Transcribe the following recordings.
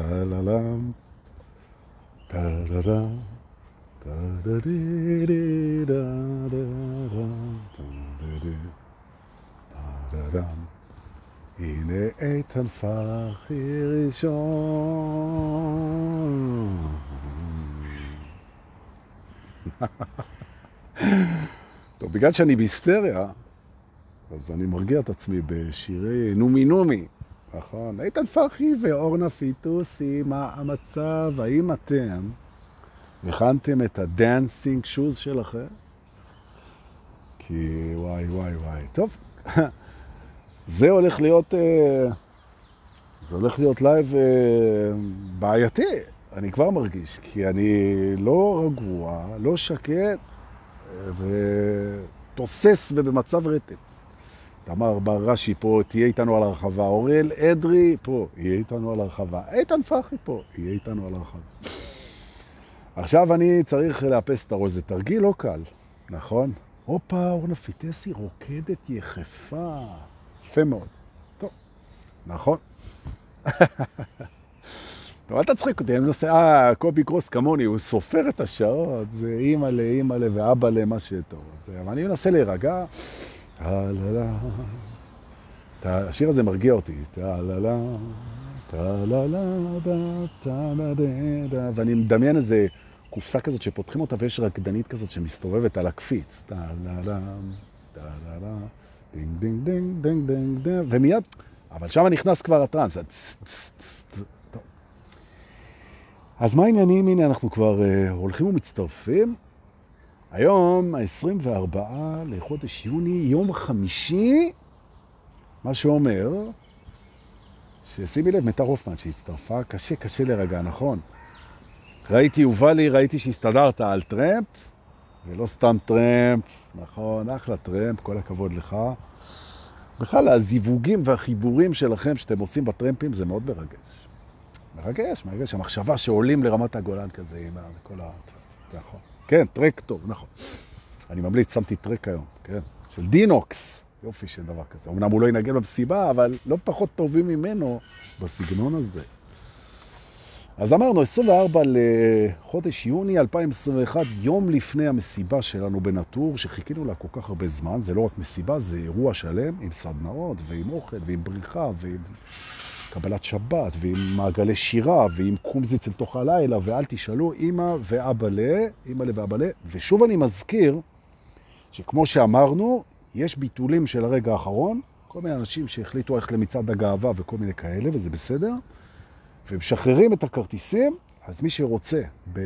טה-לה-לם, טה-לה-לה, טה-דה-די-די-דה-דה-דה, טה-דה-די, טה-דה-דם. הנה איתן פרחי ראשון. טוב, בגלל שאני בהיסטריה, אז אני מרגיע את עצמי בשירי נומי נומי. נכון, איתן פרחי ואורנה פיטוסי, מה המצב? האם אתם הכנתם את הדנסינג שוז שלכם? כי וואי וואי וואי. טוב, זה הולך להיות לייב בעייתי, אני כבר מרגיש, כי אני לא רגוע, לא שקט, ותוסס ובמצב רטט. תמר ברשי פה, תהיה איתנו על הרחבה. אוריאל אדרי פה, יהיה איתנו על הרחבה. איתן פרחי פה, יהיה איתנו על הרחבה. עכשיו אני צריך לאפס את הראש, זה תרגיל לא קל, נכון? אופה, אורנה פיטסי רוקדת יחפה. יפה מאוד. טוב, נכון. טוב, אל תצחיק אותי, אני מנסה, קובי קרוס כמוני, הוא סופר את השעות, זה אימא לאימא ואבא למה שטוב. אבל אני מנסה להירגע. השיר הזה מרגיע אותי. ואני מדמיין איזה קופסה כזאת שפותחים אותה ויש רקדנית כזאת שמסתובבת על הקפיץ. דינג דינג דינג דינג דינג דינג, ומיד, אבל שם נכנס כבר הטרנס. אז מה העניינים? הנה אנחנו כבר הולכים ומצטרפים. היום, ה-24 לחודש יוני, יום חמישי, מה שאומר, ששימי לב, מטר הופמן שהצטרפה, קשה לרגע, נכון? ראיתי, יובלי, ראיתי שהסתדרת על טרמפ, ולא סתם טרמפ, נכון, אחלה טרמפ, כל הכבוד לך. בכלל, הזיווגים והחיבורים שלכם שאתם עושים בטרמפים, זה מאוד מרגש. מרגש, המחשבה שעולים לרמת הגולן כזה, עם כל ה... נכון. כן, טרק טוב, נכון. אני ממליץ, שמתי טרק היום, כן, של דינוקס. יופי של דבר כזה. אמנם הוא לא ינגן במסיבה, אבל לא פחות טובים ממנו בסגנון הזה. אז אמרנו, 24 לחודש יוני 2021, יום לפני המסיבה שלנו בנטור, שחיכינו לה כל כך הרבה זמן. זה לא רק מסיבה, זה אירוע שלם עם סדנאות ועם אוכל ועם בריחה ועם קבלת שבת ועם מעגלי שירה ועם קומזיץ אל תוך הלילה, ואל תשאלו, אמא ואבא לה. ושוב אני מזכיר שכמו שאמרנו, יש ביטולים של הרגע האחרון, כל מיני אנשים שהחליטו ללכת למצעד הגאווה וכל מיני כאלה, וזה בסדר, ומשחררים את הכרטיסים. אז מי שרוצה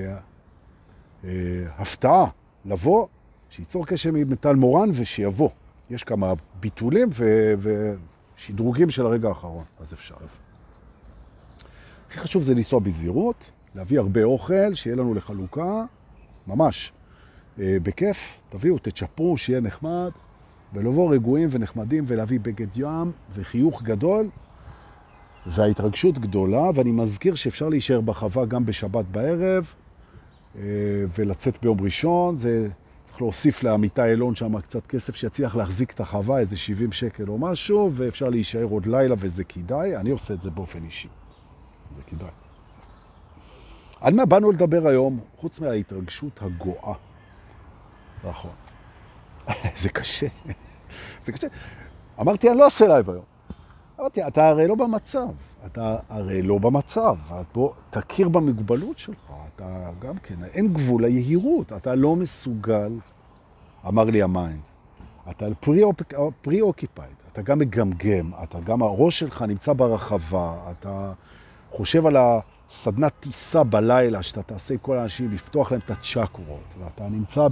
בהפתעה לבוא, שיצור קשר עם טל מורן ושיבוא. יש כמה ביטולים ושדרוגים של הרגע האחרון, אז אפשר. הכי חשוב זה לנסוע בזהירות, להביא הרבה אוכל, שיהיה לנו לחלוקה, ממש בכיף, תביאו, תצ'פרו, שיהיה נחמד, ולבוא רגועים ונחמדים ולהביא בגד ים וחיוך גדול וההתרגשות גדולה. ואני מזכיר שאפשר להישאר בחווה גם בשבת בערב ולצאת ביום ראשון. זה צריך להוסיף לעמיתה אילון שם קצת כסף שיצליח להחזיק את החווה, איזה 70 שקל או משהו, ואפשר להישאר עוד לילה וזה כדאי. אני עושה את זה באופן אישי. זה כדאי. על מה באנו לדבר היום? חוץ מההתרגשות הגואה. נכון. זה קשה. זה קשה. אמרתי, אני לא אעשה לייב היום. אמרתי, אתה הרי לא במצב. בוא, תכיר במגבלות שלך. אתה גם כן, אין גבול ליהירות. אתה לא מסוגל, אמר לי המיינד. אתה פרי-אוקיפייד. אתה גם מגמגם. אתה גם, הראש שלך נמצא ברחבה. אתה חושב על הסדנת טיסה בלילה, שאתה תעשה כל האנשים, לפתוח להם את הצ'קורות. ואתה נמצא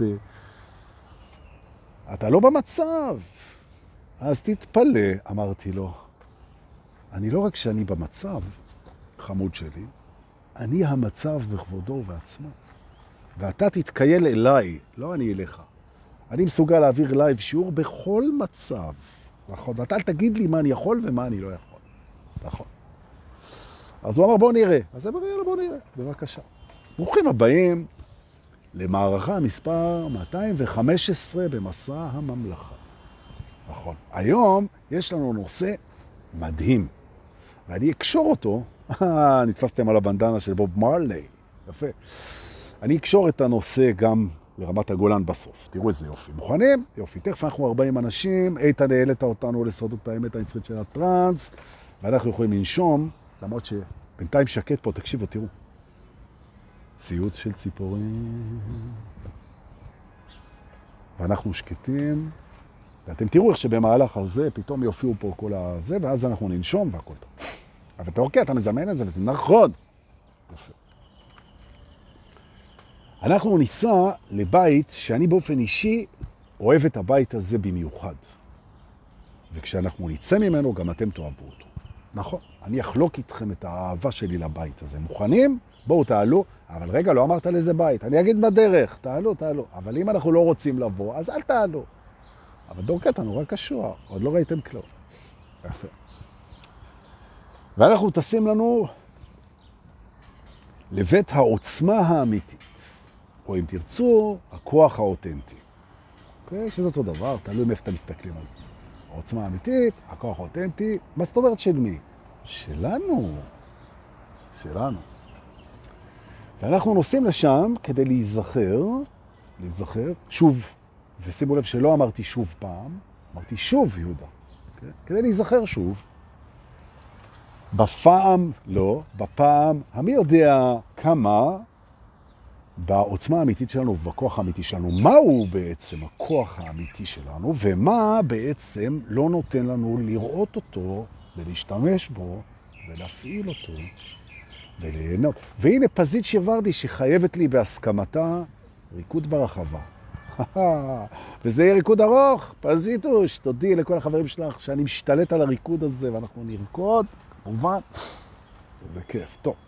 אתה לא במצב. אז תתפלא, אמרתי לו. אני לא רק שאני במצב, חמוד שלי, אני המצב בכבודו ובעצמו. ואתה תתקייל אליי, לא אני אליך. אני מסוגל להעביר לייב שיעור בכל מצב. נכון? ואתה אל תגיד לי מה אני יכול ומה אני לא יכול. נכון. אז הוא אמר, בוא נראה. אז אמר, יאללה, בוא נראה. בבקשה. ברוכים הבאים למערכה מספר 215 במסע הממלכה. נכון. היום יש לנו נושא מדהים, ואני אקשור אותו נתפסתם על הבנדנה של בוב מרלי. יפה. אני אקשור את הנושא גם לרמת הגולן בסוף. תראו איזה יופי. מוכנים? יופי. תכף אנחנו 40 אנשים. איתן העלית אותנו לסודות האמת הנצחית של הטרנס, ואנחנו יכולים לנשום, למרות שבינתיים שקט פה, תקשיבו, תראו. ציוץ של ציפורים. ואנחנו שקטים. ואתם תראו איך שבמהלך הזה פתאום יופיעו פה כל הזה, ואז אנחנו ננשום והכל טוב. אבל אתה אוקיי, אתה מזמן את זה, וזה נכון. יפה. אנחנו ניסע לבית שאני באופן אישי אוהב את הבית הזה במיוחד. וכשאנחנו נצא ממנו, גם אתם תאהבו אותו. נכון, אני אחלוק איתכם את האהבה שלי לבית הזה. מוכנים? בואו תעלו. אבל רגע, לא אמרת לאיזה בית. אני אגיד בדרך, תעלו, תעלו. אבל אם אנחנו לא רוצים לבוא, אז אל תעלו. אבל דורקת, נורא קשור. עוד לא ראיתם כלום. יפה. ואנחנו טסים לנו לבית העוצמה האמיתית. או אם תרצו, הכוח האותנטי. אוקיי? שזה אותו דבר, תלוי מאיפה אתם מסתכלים על זה. העוצמה האמיתית, הכוח האותנטי, מה זאת אומרת של מי? שלנו. שלנו. ואנחנו נוסעים לשם כדי להיזכר, שוב, ושימו לב שלא אמרתי שוב פעם, אמרתי שוב יהודה, אוקיי? כדי להיזכר שוב, בפעם, המי יודע כמה, בעוצמה האמיתית שלנו ובכוח האמיתי שלנו, מהו בעצם הכוח האמיתי שלנו, ומה בעצם לא נותן לנו לראות אותו ולהשתמש בו ולהפעיל אותו וליהנות. והנה פזית שוורדי שחייבת לי בהסכמתה ריקוד ברחבה. וזה יהיה ריקוד ארוך, פזיתוש, תודי לכל החברים שלך שאני משתלט על הריקוד הזה ואנחנו נרקוד, כמובן. זה כיף, טוב.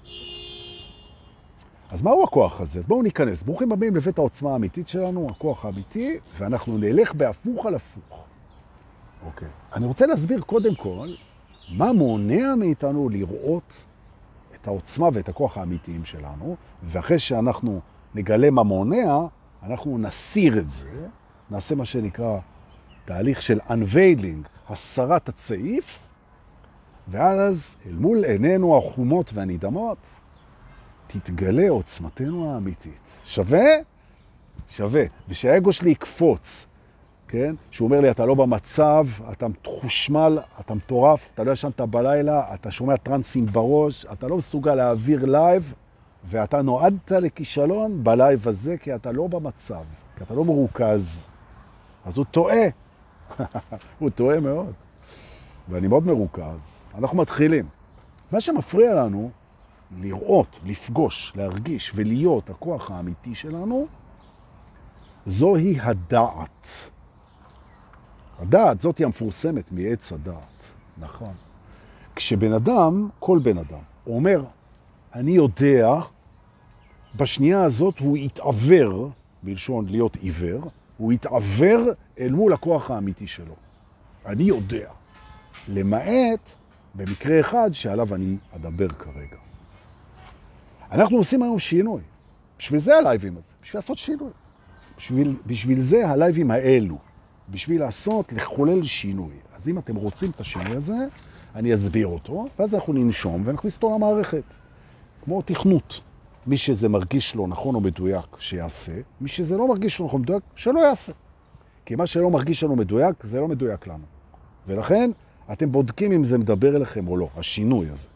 אז מהו הכוח הזה? אז בואו ניכנס. ברוכים הבאים לבית העוצמה האמיתית שלנו, הכוח האמיתי, ואנחנו נלך בהפוך על הפוך. אוקיי. אני רוצה להסביר קודם כל, מה מונע מאיתנו לראות את העוצמה ואת הכוח האמיתיים שלנו, ואחרי שאנחנו נגלה מה מונע, אנחנו נסיר את זה, נעשה מה שנקרא תהליך של unveiling, הסרת הצעיף, ואז אל מול עינינו החומות והנדמות, תתגלה עוצמתנו האמיתית. שווה? שווה. ושהאגו שלי יקפוץ, כן? שהוא אומר לי, אתה לא במצב, אתה חושמל, אתה מטורף, אתה לא ישנת בלילה, אתה שומע טרנסים בראש, אתה לא מסוגל להעביר לייב, ואתה נועדת לכישלון בלייב הזה, כי אתה לא במצב, כי אתה לא מרוכז. אז הוא טועה. הוא טועה מאוד. ואני מאוד מרוכז. אנחנו מתחילים. מה שמפריע לנו, לראות, לפגוש, להרגיש ולהיות הכוח האמיתי שלנו, זוהי הדעת. הדעת, זאת היא המפורסמת מעץ הדעת. נכון. כשבן אדם, כל בן אדם, אומר, אני יודע, בשנייה הזאת הוא יתעבר, בלשון להיות עיוור, הוא יתעבר אל מול הכוח האמיתי שלו. אני יודע. למעט במקרה אחד שעליו אני אדבר כרגע. אנחנו עושים היום שינוי. בשביל זה הלייבים הזה. בשביל לעשות שינוי. בשביל זה הלייבים האלו. בשביל לעשות, לחולל שינוי. אז אם אתם רוצים את השינוי הזה, אני אסביר אותו, ואז אנחנו ננשום ונכניס אותו למערכת. כמו תכנות. מי שזה מרגיש לו נכון או מדויק, שיעשה. מי שזה לא מרגיש לו נכון מדויק, שלא יעשה. כי מה שלא מרגיש לנו מדויק, זה לא מדויק לנו. ולכן, אתם בודקים אם זה מדבר אליכם או לא, השינוי הזה.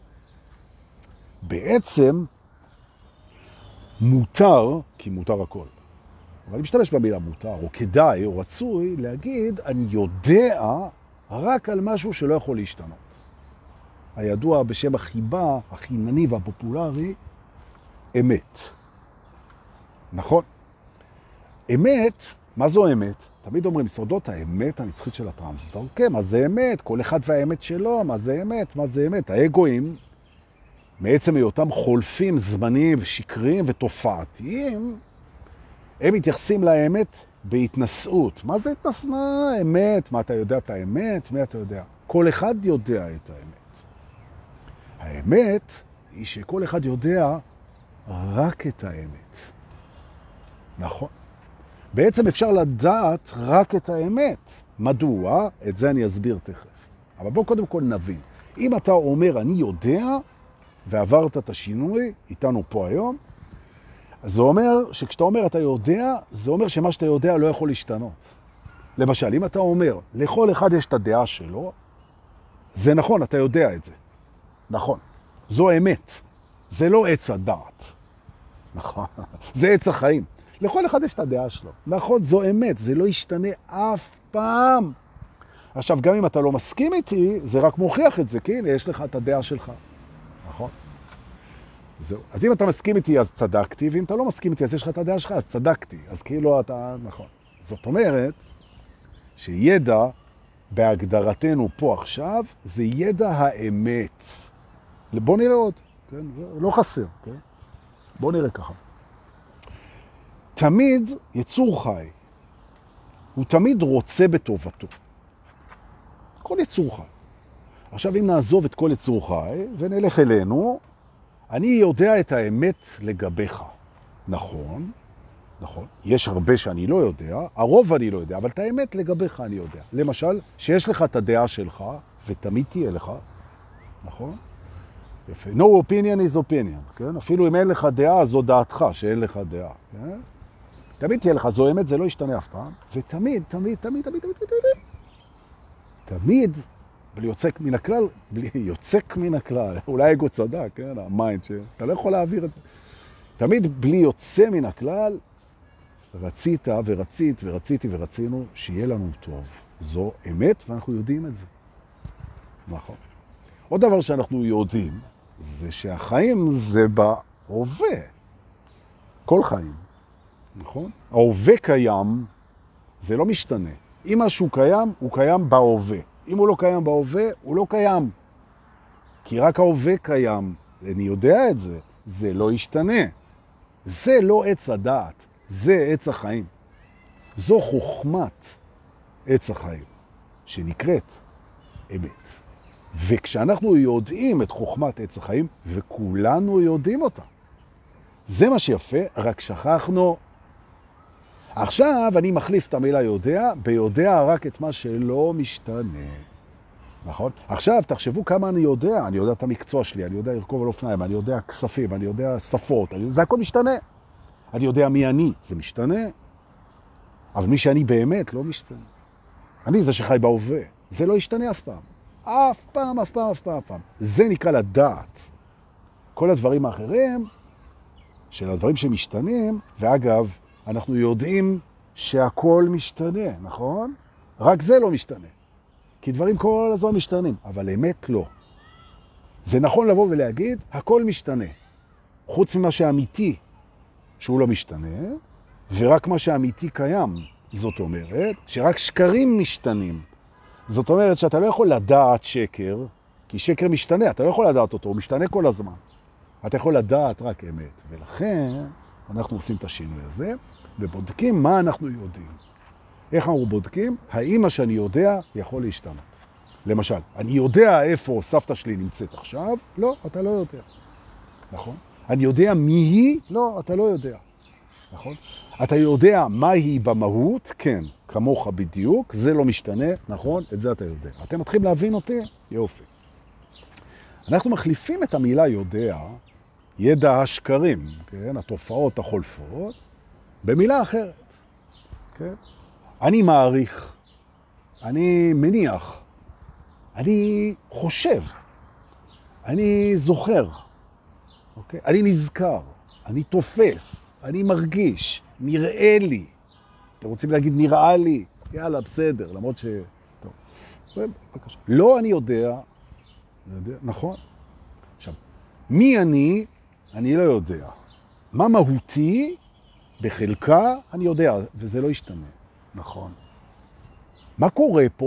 בעצם, מותר, כי מותר הכל. אבל אני משתמש במילה מותר, או כדאי, או רצוי, להגיד, אני יודע רק על משהו שלא יכול להשתנות. הידוע בשם החיבה, החינני והפופולרי, אמת. נכון? אמת, מה זו אמת? תמיד אומרים, סודות האמת הנצחית של הטרנס. כן, מה זה אמת? כל אחד והאמת שלו, מה זה אמת? מה זה אמת? האגואים, מעצם היותם חולפים זמניים ושקריים ותופעתיים, הם מתייחסים לאמת בהתנסות. מה זה התנסמה? אמת. מה אתה יודע את האמת? מה אתה יודע? כל אחד יודע את האמת. האמת היא שכל אחד יודע רק את האמת. נכון. בעצם אפשר לדעת רק את האמת. מדוע? את זה אני אסביר תכף. אבל בואו קודם כל נבין. אם אתה אומר אני יודע, ועברת את השינוי, איתנו פה היום, אז זה אומר שכשאתה אומר אתה יודע, זה אומר שמה שאתה יודע לא יכול להשתנות. למשל, אם אתה אומר, לכל אחד יש את הדעה שלו, זה נכון, אתה יודע את זה. נכון. זו אמת. זה לא עץ הדעת. נכון. זה עץ החיים. לכל אחד יש את הדעה שלו. נכון, זו אמת. זה לא ישתנה אף פעם. עכשיו, גם אם אתה לא מסכים איתי, זה רק מוכיח את זה, כי הנה, יש לך את הדעה שלך. נכון? זהו. אז אם אתה מסכים איתי, אז צדקתי, ואם אתה לא מסכים איתי, אז יש לך את הדעה שלך, אז צדקתי. אז כאילו אתה, נכון. זאת אומרת, שידע בהגדרתנו פה עכשיו, זה ידע האמת. בוא נראה עוד, כן? לא חסר, כן? בוא נראה ככה. תמיד יצור חי, הוא תמיד רוצה בטובתו. כל יצור חי. עכשיו אם נעזוב את כל יצור חי ונלך אלינו, אני יודע את האמת לגביך. נכון, נכון. יש הרבה שאני לא יודע, הרוב אני לא יודע, אבל את האמת לגביך אני יודע. למשל, שיש לך את הדעה שלך, ותמיד תהיה לך, נכון? יפה. No opinion is opinion, כן? אפילו אם אין לך דעה, זו דעתך שאין לך דעה, כן? תמיד תהיה לך, זו אמת, זה לא ישתנה אף פעם, ותמיד, תמיד, תמיד, תמיד, תמיד, תמיד, תמיד, בלי יוצק מן הכלל, בלי יוצק מן הכלל, אולי אגו צדק, כן? המיינד שאתה לא יכול להעביר את זה. תמיד בלי יוצא מן הכלל, רצית ורצית ורציתי ורצינו שיהיה לנו טוב. זו אמת ואנחנו יודעים את זה. נכון. עוד דבר שאנחנו יודעים, זה שהחיים זה בהווה. כל חיים. נכון? ההווה קיים, זה לא משתנה. אם משהו קיים, הוא קיים בהווה. אם הוא לא קיים בהווה, הוא לא קיים. כי רק ההווה קיים. אני יודע את זה. זה לא ישתנה. זה לא עץ הדעת. זה עץ החיים. זו חוכמת עץ החיים, שנקראת אמת. וכשאנחנו יודעים את חוכמת עץ החיים, וכולנו יודעים אותה, זה מה שיפה, רק שכחנו. עכשיו אני מחליף את המילה יודע, ביודע רק את מה שלא משתנה. נכון? עכשיו תחשבו כמה אני יודע. אני יודע את המקצוע שלי, אני יודע לרכוב על אופניים, אני יודע כספים, אני יודע שפות, זה הכל משתנה. אני יודע מי אני, זה משתנה. אבל מי שאני באמת לא משתנה. אני זה שחי בהווה. זה לא ישתנה אף פעם. אף פעם, אף פעם, אף פעם, אף פעם. זה נקרא לדעת. כל הדברים האחרים, של הדברים שמשתנים, ואגב, אנחנו יודעים שהכל משתנה, נכון? רק זה לא משתנה. כי דברים כל הזמן משתנים, אבל אמת לא. זה נכון לבוא ולהגיד, הכל משתנה. חוץ ממה שאמיתי, שהוא לא משתנה, ורק מה שאמיתי קיים. זאת אומרת, שרק שקרים משתנים. זאת אומרת שאתה לא יכול לדעת שקר, כי שקר משתנה, אתה לא יכול לדעת אותו, הוא משתנה כל הזמן. אתה יכול לדעת רק אמת, ולכן אנחנו עושים את השינוי הזה, ובודקים מה אנחנו יודעים. איך אנחנו בודקים? האם מה שאני יודע יכול להשתנות. למשל, אני יודע איפה סבתא שלי נמצאת עכשיו? לא, אתה לא יודע. נכון? אני יודע מי היא? לא, אתה לא יודע. נכון? אתה יודע מה היא במהות? כן, כמוך בדיוק, זה לא משתנה, נכון? את זה אתה יודע. אתם מתחילים להבין אותי? יופי. אנחנו מחליפים את המילה יודע, ידע השקרים, כן? התופעות החולפות, במילה אחרת. כן? אני מעריך, אני מניח, אני חושב, אני זוכר, אוקיי? אני נזכר, אני תופס, אני מרגיש, נראה לי. אתם רוצים להגיד נראה לי? יאללה, בסדר, למרות ש... טוב. בבקשה. לא אני יודע, נכון? עכשיו, מי אני לא יודע. מה מהותי? בחלקה אני יודע, וזה לא ישתנה. נכון. מה קורה פה?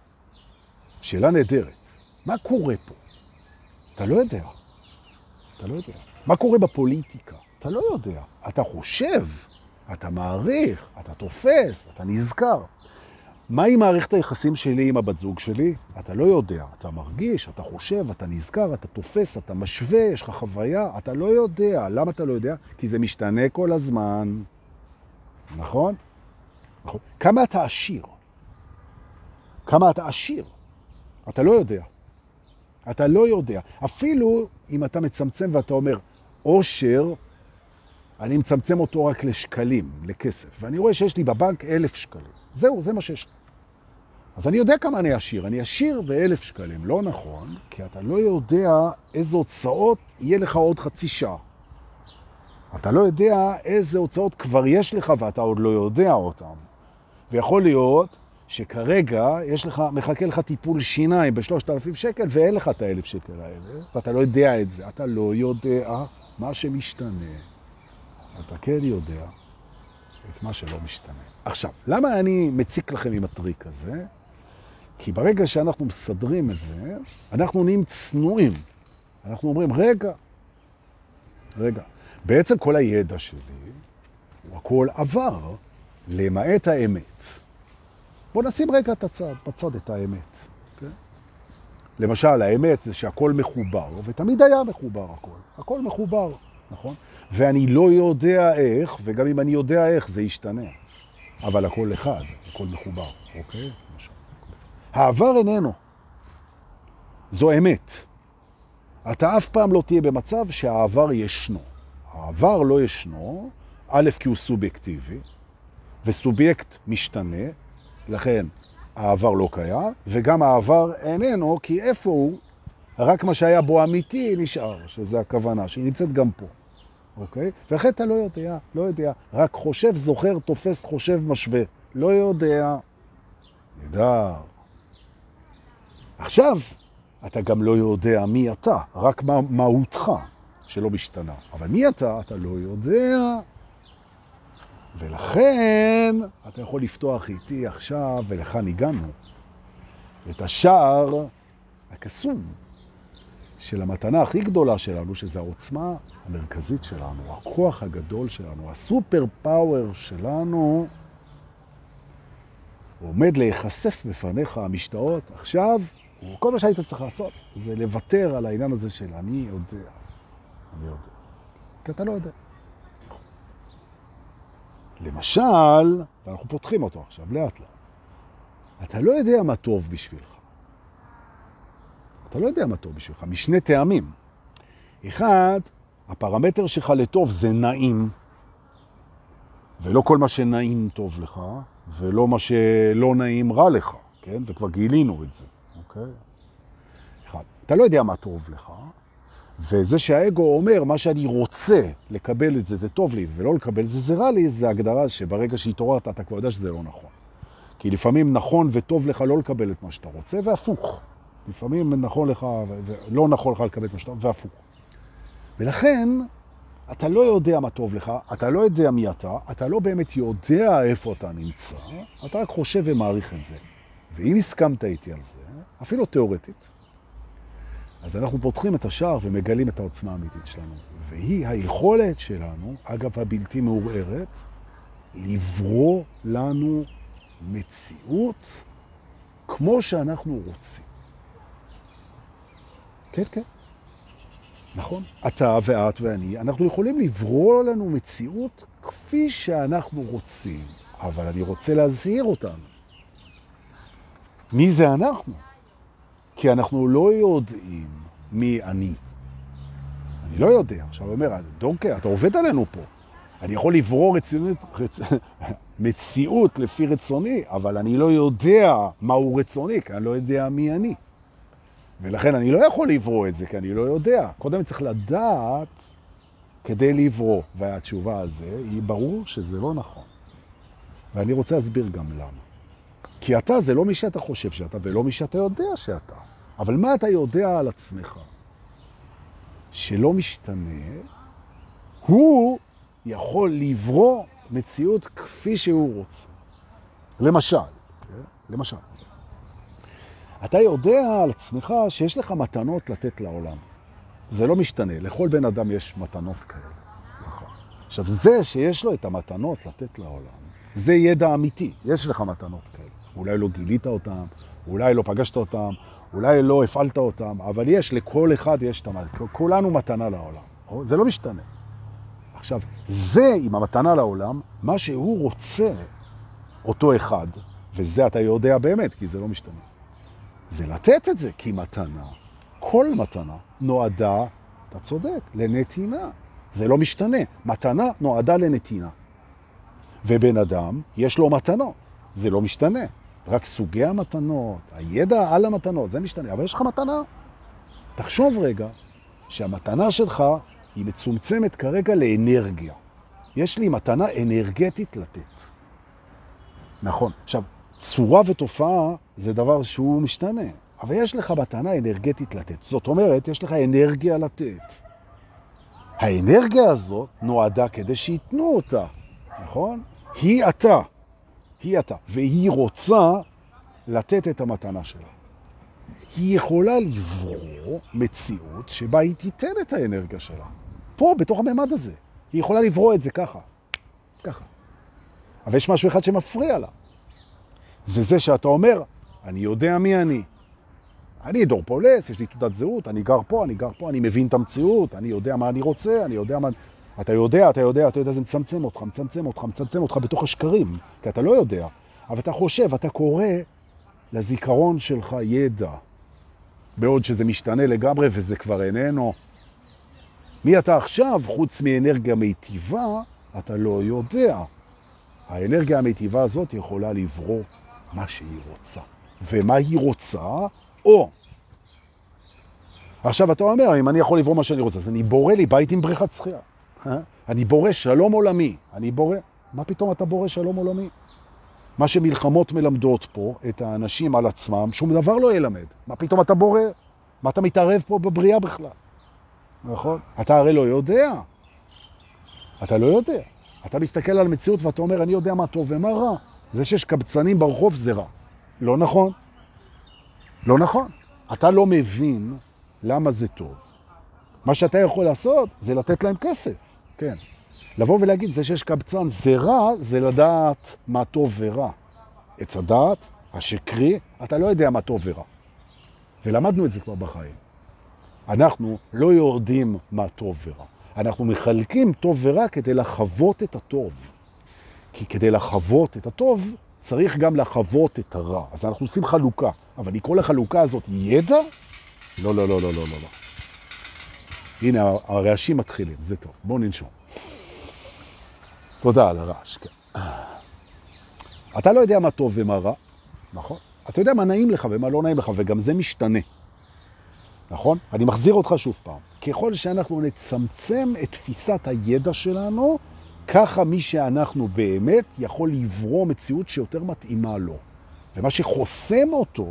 שאלה נהדרת. מה קורה פה? אתה לא יודע. אתה לא יודע. מה קורה בפוליטיקה? אתה לא יודע. אתה חושב, אתה מעריך, אתה תופס, אתה נזכר. מה עם מערכת היחסים שלי עם הבת זוג שלי? אתה לא יודע. אתה מרגיש, אתה חושב, אתה נזכר, אתה תופס, אתה משווה, יש לך חוויה. אתה לא יודע. למה אתה לא יודע? כי זה משתנה כל הזמן. נכון? נכון. כמה אתה עשיר? כמה אתה עשיר? אתה לא יודע. אתה לא יודע. אפילו אם אתה מצמצם ואתה אומר, עושר, אני מצמצם אותו רק לשקלים, לכסף. ואני רואה שיש לי בבנק 1,000 שקלים. זהו, זה מה שיש לי. אז אני יודע כמה אני עשיר. אני עשיר ב1,000 שקלים. לא נכון, כי אתה לא יודע איזה הוצאות יהיה לך עוד חצי שעה. אתה לא יודע איזה הוצאות כבר יש לך ואתה עוד לא יודע אותם. ויכול להיות שכרגע מחכה לך טיפול שיניים ב3,000 שקל ואין לך את ה1,000 שקל האלה, ואתה לא יודע את זה. אתה לא יודע מה שמשתנה. אתה כן יודע את מה שלא משתנה. עכשיו, למה אני מציק לכם עם הטריק הזה? כי ברגע שאנחנו מסדרים את זה, אנחנו נהיים צנועים. אנחנו אומרים, רגע. בעצם כל הידע שלי הוא הכל עבר למעט האמת. בוא נשים רגע בצד את האמת. Okay? למשל, האמת זה שהכל מחובר, ותמיד היה מחובר הכל. הכל מחובר, נכון? ואני לא יודע איך, וגם אם אני יודע איך, זה ישתנה. אבל הכל אחד, הכל מחובר, אוקיי? העבר איננו. זו אמת. אתה אף פעם לא תהיה במצב שהעבר ישנו. העבר לא ישנו, א', כי הוא סובייקטיבי, וסובייקט משתנה, לכן העבר לא קיים, וגם העבר איננו, כי איפה הוא? רק מה שהיה בו אמיתי נשאר, שזה הכוונה, שהיא נמצאת גם פה. אוקיי? ולכן אתה לא יודע, רק חושב, זוכר, תופס, חושב, משווה. לא יודע. נדע. עכשיו, אתה גם לא יודע מי אתה, רק מהותך שלא משתנה. אבל מי אתה לא יודע. ולכן אתה יכול לפתוח איתי עכשיו, ולכאן הגענו, את השער הקסום של המתנה הכי גדולה שלנו, שזה העוצמה המרכזית שלנו, הכוח הגדול שלנו, הסופר פאוור שלנו, עומד להיחשף בפניך המשתאות. עכשיו, כל מה שהיית צריך לעשות זה לוותר על העניין הזה של אני יודע. כי אתה לא יודע. למשל, ואנחנו פותחים אותו עכשיו, לאט לאט. אתה לא יודע מה טוב בשבילך. משני טעמים. אחד, הפרמטר שלך לטוב זה נעים, ולא כל מה שנעים טוב לך, ולא מה שלא נעים רע לך, כן? וכבר גילינו את זה, אוקיי? אחד, אתה לא יודע מה טוב לך, וזה שהאגו אומר, מה שאני רוצה לקבל את זה, זה טוב לי, ולא לקבל את זה, זה רע לי, זה הגדרה שברגע שהתעוררת, אתה כבר יודע שזה לא נכון. כי לפעמים נכון וטוב לך לא לקבל את מה שאתה רוצה, והפוך. לפעמים נכון לך ולא נכון לך לקבל את מה שאתה רוצה, והפוך. ולכן, אתה לא יודע מה טוב לך, אתה לא יודע מי אתה לא באמת יודע איפה אתה נמצא, אתה רק חושב ומעריך את זה. ואם הסכמת איתי על זה, אפילו תיאורטית, אז אנחנו פותחים את השער ומגלים את העוצמה האמיתית שלנו. והיא היכולת שלנו, אגב הבלתי מעורערת, לברוא לנו מציאות כמו שאנחנו רוצים. כן, כן. נכון? אתה ואת ואני, אנחנו יכולים לברוא לנו מציאות כפי שאנחנו רוצים, אבל אני רוצה להזהיר אותנו. מי זה אנחנו? כי אנחנו לא יודעים מי אני. אני לא יודע. עכשיו אומר, דונקה, אתה עובד עלינו פה. אני יכול לברוא מציאות לפי רצוני, אבל אני לא יודע מהו רצוני, כי אני לא יודע מי אני. ולכן אני לא יכול לברוא את זה, כי אני לא יודע. קודם צריך לדעת כדי לברוא. והתשובה הזה היא ברור שזה לא נכון. ואני רוצה להסביר גם למה. כי אתה זה לא מי שאתה חושב שאתה, ולא מי שאתה יודע שאתה. אבל מה אתה יודע על עצמך? שלא משתנה, הוא יכול לברוא מציאות כפי שהוא רוצה. למשל, אתה יודע על עצמך שיש לך מתנות לתת לעולם. זה לא משתנה, לכל בן אדם יש מתנות כאלה. נכון. עכשיו, זה שיש לו את המתנות לתת לעולם, זה ידע אמיתי, יש לך מתנות כאלה. אולי לא גילית אותם, אולי לא פגשת אותם, אולי לא הפעלת אותם, אבל לכל אחד יש את המתנות. כולנו מתנה לעולם. זה לא משתנה. עכשיו, זה עם המתנה לעולם, מה שהוא רוצה, אותו אחד, וזה אתה יודע באמת, כי זה לא משתנה. זה לתת את זה כמתנה, כל מתנה נועדה, אתה צודק, לנתינה. זה לא משתנה. מתנה נועדה לנתינה. ובן אדם, יש לו מתנות. זה לא משתנה. רק סוגי המתנות, הידע על המתנות, זה משתנה. אבל יש לך מתנה. תחשוב רגע שהמתנה שלך היא מצומצמת כרגע לאנרגיה. יש לי מתנה אנרגטית לתת. נכון. עכשיו, צורה ותופעה זה דבר שהוא משתנה. אבל יש לך מתנה אנרגטית לתת. זאת אומרת, יש לך אנרגיה לתת. האנרגיה הזאת נועדה כדי שיתנו אותה. נכון? היא אתה. היא אתה. והיא רוצה לתת את המתנה שלה. היא יכולה לברוא מציאות שבה היא תיתן את האנרגיה שלה. פה, בתוך הממד הזה. היא יכולה לברוא את זה ככה. ככה. אבל יש משהו אחד שמפריע לה. זה שאתה אומר, אני יודע מי אני. אני דור פולס, יש לי תעודת זהות, אני גר פה, אני מבין את המציאות, אני יודע מה אני רוצה, אני יודע מה... אתה יודע, זה מצמצם אותך בתוך השקרים, כי אתה לא יודע. אבל אתה חושב, אתה קורא לזיכרון שלך ידע, בעוד שזה משתנה לגמרי וזה כבר איננו. מי אתה עכשיו, חוץ מאנרגיה מיטיבה, אתה לא יודע. האנרגיה המיטיבה הזאת יכולה לברוא מה שהיא רוצה. ומה היא רוצה? או. עכשיו אתה אומר, אם אני יכול לברוא מה שאני רוצה, אז אני בורא לי בית עם בריכת שחייה. אני בורא שלום עולמי. מה פתאום אתה בורא שלום עולמי? מה שמלחמות מלמדות פה את האנשים על עצמם, שום דבר לא ילמד. מה פתאום אתה בורא? מה אתה מתערב פה בבריאה בכלל? נכון? אתה הרי לא יודע. אתה לא יודע. אתה מסתכל על המציאות ואתה אומר, אני יודע מה טוב ומה רע. זה שיש קבצנים ברחוב זה רע. לא נכון. לא נכון. אתה לא מבין למה זה טוב. מה שאתה יכול לעשות זה לתת להם כסף. כן. לבוא ולהגיד, זה שיש קבצן זה רע, זה לדעת מה טוב ורע. עץ הדעת, השקרי, אתה לא יודע מה טוב ורע. ולמדנו את זה כבר בחיים. אנחנו לא יורדים מה טוב ורע. אנחנו מחלקים טוב ורע כדי לחוות את הטוב. כי כדי לחוות את הטוב, צריך גם לחוות את הרע. אז אנחנו עושים חלוקה. אבל לקרוא לחלוקה הזאת ידע? לא, לא, לא, לא, לא, לא. הנה, הרעשים מתחילים, זה טוב. בואו ננשום. תודה על הרעש, כן. אתה לא יודע מה טוב ומה רע, נכון? אתה יודע מה נעים לך ומה לא נעים לך, וגם זה משתנה. נכון? אני מחזיר אותך שוב פעם. ככל שאנחנו נצמצם את תפיסת הידע שלנו, ככה מי שאנחנו באמת יכול לברוא מציאות שיותר מתאימה לו. ומה שחוסם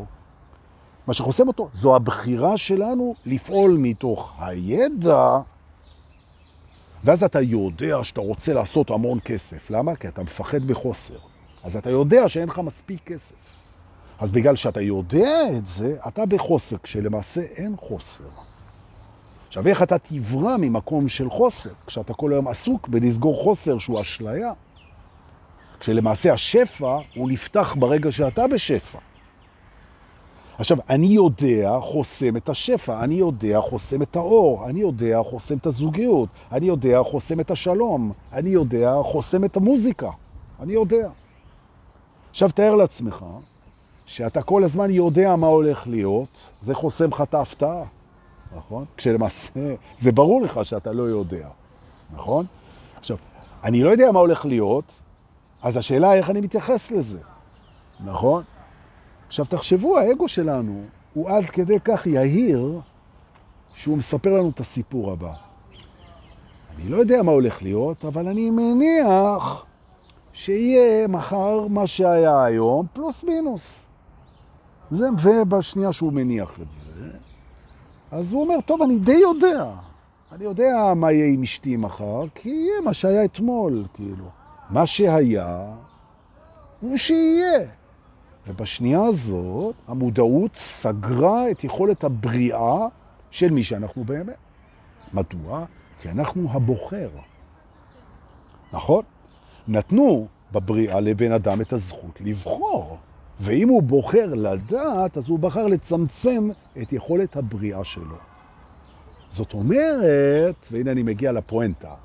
אותו, זו הבחירה שלנו לפעול מתוך הידע, ואז אתה יודע שאתה רוצה לעשות המון כסף. למה? כי אתה מפחד בחוסר. אז אתה יודע שאין לך מספיק כסף. אז בגלל שאתה יודע את זה, אתה בחוסר, כשלמעשה אין חוסר. עכשיו, איך אתה תברא ממקום של חוסר? כשאתה כל היום עסוק בלסגור חוסר שהוא אשליה. כשלמעשה השפע הוא נפתח ברגע שאתה בשפע. עכשיו, אני יודע חוסם את השפע, אני יודע חוסם את האור, אני יודע חוסם את הזוגיות, אני יודע חוסם את השלום, אני יודע חוסם את המוזיקה, אני יודע. עכשיו תאר לעצמך שאתה כל הזמן יודע מה הולך להיות, זה חוסם לך את ההפתעה, נכון? כשלמעשה זה ברור לך שאתה לא יודע, נכון? עכשיו, אני לא יודע מה הולך להיות, אז השאלה איך אני מתייחס לזה, נכון? עכשיו תחשבו, האגו שלנו הוא עד כדי כך יהיר שהוא מספר לנו את הסיפור הבא. אני לא יודע מה הולך להיות, אבל אני מניח שיהיה מחר מה שהיה היום פלוס מינוס. זה, ובשנייה שהוא מניח את זה, אז הוא אומר, טוב, אני די יודע. אני יודע מה יהיה עם אשתי מחר, כי יהיה מה שהיה אתמול, כאילו. מה שהיה הוא שיהיה. ובשנייה הזאת, המודעות סגרה את יכולת הבריאה של מי שאנחנו באמת. מדוע? כי אנחנו הבוחר. נכון? נתנו בבריאה לבן אדם את הזכות לבחור. ואם הוא בוחר לדעת, אז הוא בחר לצמצם את יכולת הבריאה שלו. זאת אומרת, והנה אני מגיע לפואנטה,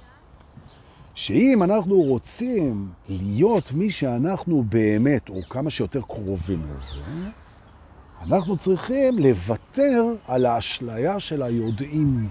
שאם אנחנו רוצים להיות מי שאנחנו באמת, או כמה שיותר קרובים לזה, אנחנו צריכים לוותר על האשליה של היודעים.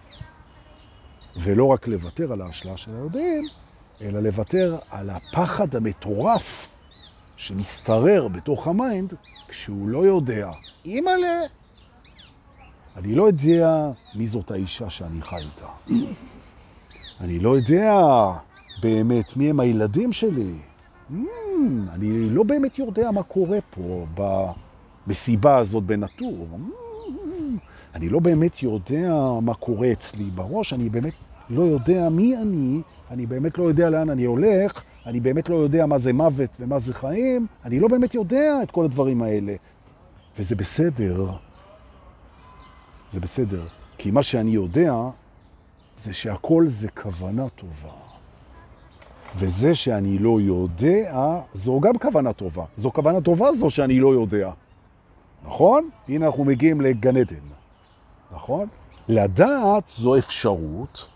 ולא רק לוותר על האשליה של היודעים, אלא לוותר על הפחד המטורף שמסתרר בתוך המיינד כשהוא לא יודע. אימאלה, אני לא יודע מי זאת האישה שאני חי איתה. אני לא יודע באמת מי הם הילדים שלי. אני לא באמת יודע מה קורה פה במסיבה הזאת בנטור. אני לא באמת יודע מה קורה אצלי בראש, אני באמת לא יודע מי אני באמת לא יודע לאן אני הולך, אני באמת לא יודע מה זה מוות ומה זה חיים, אני לא באמת יודע את כל הדברים האלה. וזה בסדר. זה בסדר. כי מה שאני יודע זה שהכל זה כוונה טובה. וזה שאני לא יודע, זו גם כוונה טובה. זו כוונה טובה זו שאני לא יודע. נכון? הנה אנחנו מגיעים לגן עדן. נכון? לדעת זו אפשרות,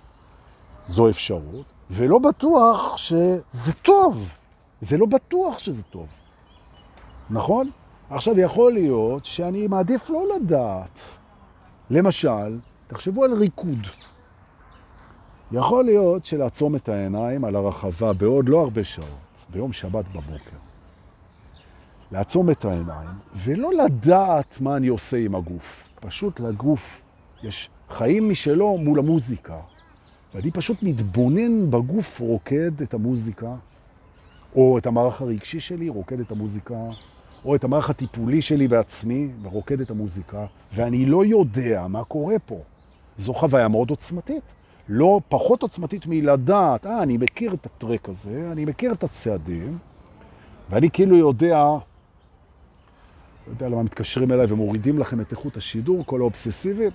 ולא בטוח שזה טוב. זה לא בטוח שזה טוב. נכון? עכשיו יכול להיות שאני מעדיף לא לדעת. למשל, תחשבו על ריקוד. יכול להיות שלעצום את העיניים על הרחבה בעוד לא הרבה שעות, ביום שבת בבוקר. לעצום את העיניים ולא לדעת מה אני עושה עם הגוף. פשוט לגוף יש חיים משלו מול המוזיקה. ואני פשוט מתבונן בגוף רוקד את המוזיקה, או את המערך הרגשי שלי רוקד את המוזיקה, או את המערך הטיפולי שלי בעצמי ורוקד את המוזיקה, ואני לא יודע מה קורה פה. זו חוויה מאוד עוצמתית. לא פחות עוצמתית מלדעת, אני מכיר את הטרק הזה, אני מכיר את הצעדים, ואני כאילו יודע למה מתקשרים אליי ומורידים לכם את איכות השידור, כל האובססיבים.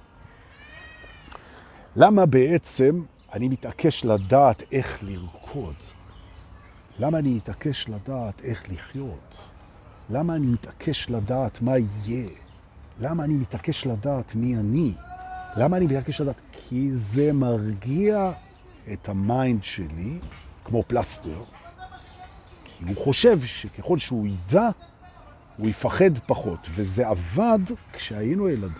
למה בעצם אני מתעקש לדעת איך לרקוד? למה אני מתעקש לדעת איך לחיות? למה אני מתעקש לדעת מה יהיה? למה אני מתעקש לדעת מי אני? למה אני מתעקש לדעת? כי זה מרגיע את המיינד שלי, כמו פלסטר, כי הוא חושב שככל שהוא ידע, הוא יפחד פחות, וזה עבד כשהיינו ילדים.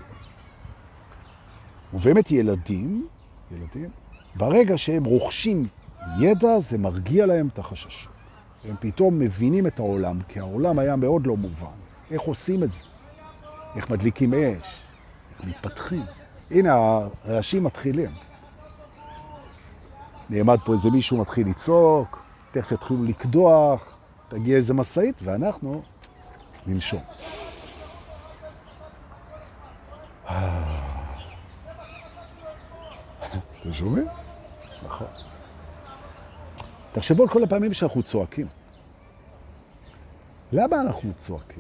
ובאמת ילדים, ברגע שהם רוכשים ידע, זה מרגיע להם את החששות. הם פתאום מבינים את העולם, כי העולם היה מאוד לא מובן. איך עושים את זה? איך מדליקים אש? איך מתפתחים? הנה, הרעשים מתחילים. נעמד פה איזה מישהו מתחיל לצעוק, תכף יתחילו לקדוח, תגיע איזה מסעית, ואנחנו ננשום. אתם שומעים? נכון. תחשבו על כל הפעמים שאנחנו צועקים. למה אנחנו צועקים?